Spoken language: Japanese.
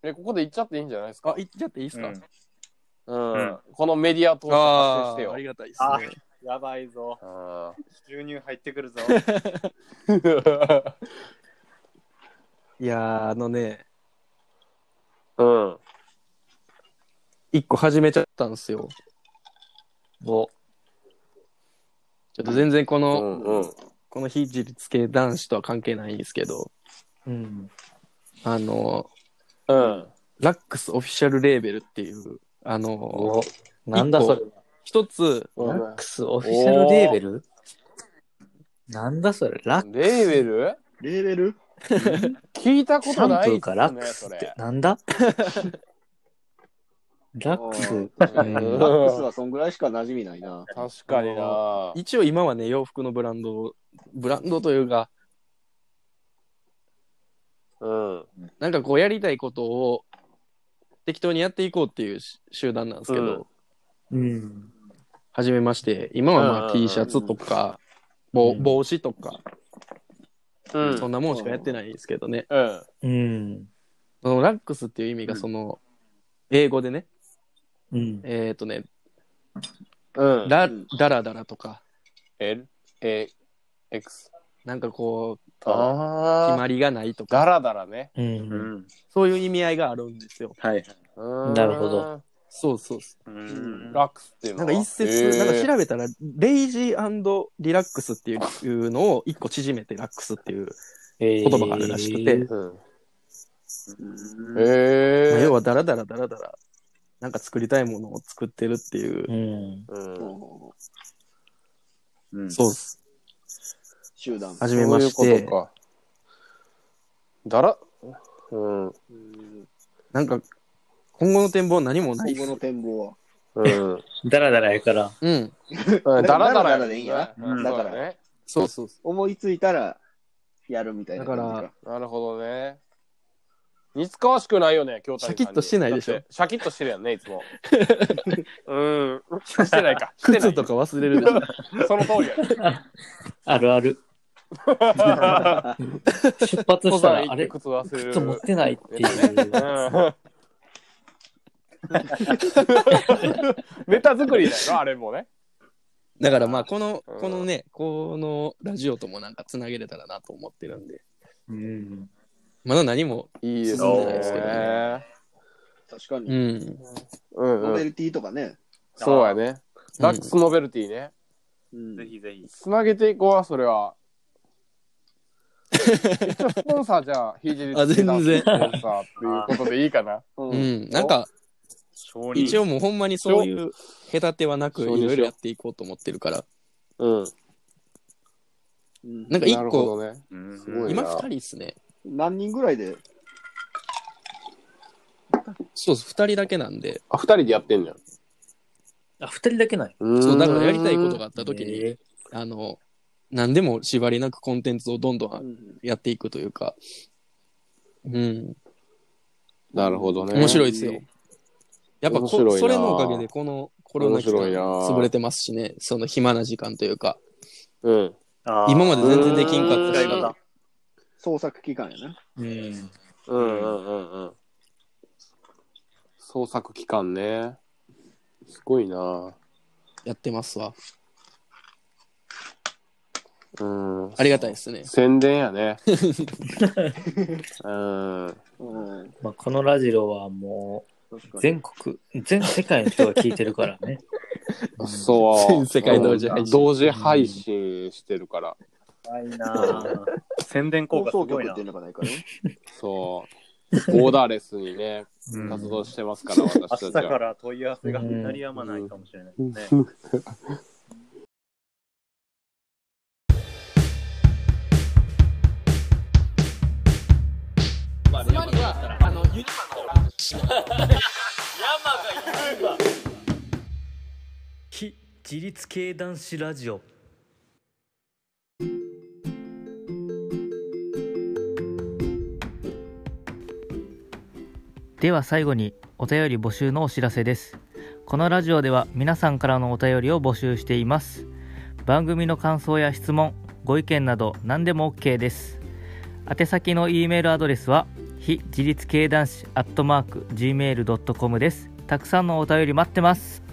ここで言っちゃっていいんじゃないですか。 言っちゃっていいですか。 このメディア通して発信してよ。 ありがたいですね。 やばいぞ。収入入ってくるぞ。 いやね、一個始めちゃったんですよ。ちょっと全然この非自立系男子とは関係ないんですけど、ラックスオフィシャルレーベルっていうなんだそれ。 一つラックスオフィシャルレーベル？なんだそれ。 レーベル？ レーベル？ 聞いたことないっすね。 シャンプーかラックスってなんだ？ラックス。 ラックスはそんぐらいしか馴染みないな。 確かにな。 一応今はね、洋服のブランドというか、なんかこうやりたいことを適当にやっていこうっていう集団なんですけど、はじめまして。今はまあ T シャツとか、帽子とか、そんなもんしかやってないんですけどね。そのラックスっていう意味がその、英語でね、ダラダラとか、 L-A-X。 なんかこう、決まりがないとか。 ダラダラね。 そういう意味合いがあるんですよ。 なるほど。 そうそう。 ラックスっていうのはなんか一説、なんか調べたら、レイジー&リラックスっていうのを一個縮めてラックスっていう言葉があるらしくて。要はダラダラ、なんか作りたいものを作ってるっていう。そうっす。 集団。 はじめまして。なんか、今後の展望は何もない。 今後の展望は。 ダラダラやから。 ダラダラでいいんやな。だからね。 そう。 思いついたらやるみたいな感じか。 だから、なるほどね。似つかわしくないよね、京谷さんに。 シャキッとしてないでしょ。 シャキッとしてるやんね、いつも。してないか。 靴とか忘れるでしょ。 その通りや。 あるある。出発したら、あれ靴忘れる。 靴持ってないっていう。 ネタ作りだよ、あれもね。 だからまあ、このね、このラジオともなんかつなげれたらなと思ってるんで。まだ何もいいですね。 確かに。ノベルティとかね。 そうやね。ラックスノベルティね。 ぜひぜひ。 つなげていこう、それは。一応スポンサーじゃあ、非自立系男子スポンサーっていうことでいいかな。 なんか、一応もうほんまにそういう隔てはなくいろいろやっていこうと思ってるから。なんか一個、今2人っすね。 何人ぐらいで？ そうです、2人だけなんで。 2人でやってんじゃん。 2人だけない。 そう、だからやりたいことがあった時に、何でも縛りなくコンテンツをどんどんやっていくというか。 なるほどね。 面白いですよ。やっぱそれのおかげでこのコロナ期間潰れてますしね、その暇な時間というか。今まで全然できんかったし。 創作期間やな。 創作期間ね。すごいな。 やってますわ。ありがたいですね。 宣伝やね。 まあ、このラジオはもう全世界の人が聞いてるからね。 そう。 全世界同時配信。 同時配信してるから。 いいな。宣伝効果すごいな。 そう。ボーダーレスにね、活動してますから、私たちは。 明日から問い合わせが鳴りやまないかもしれないですね。 つまりは、ユニマの山がいるわ。 非自立系男子ラジオ。では最後にお便り募集のお知らせです。このラジオでは皆さんからのお便りを募集しています。番組の感想や質問、ご意見など何でも OK です。宛先の E メールアドレスは非自立系男子@gmail.com です。たくさんのお便り待ってます。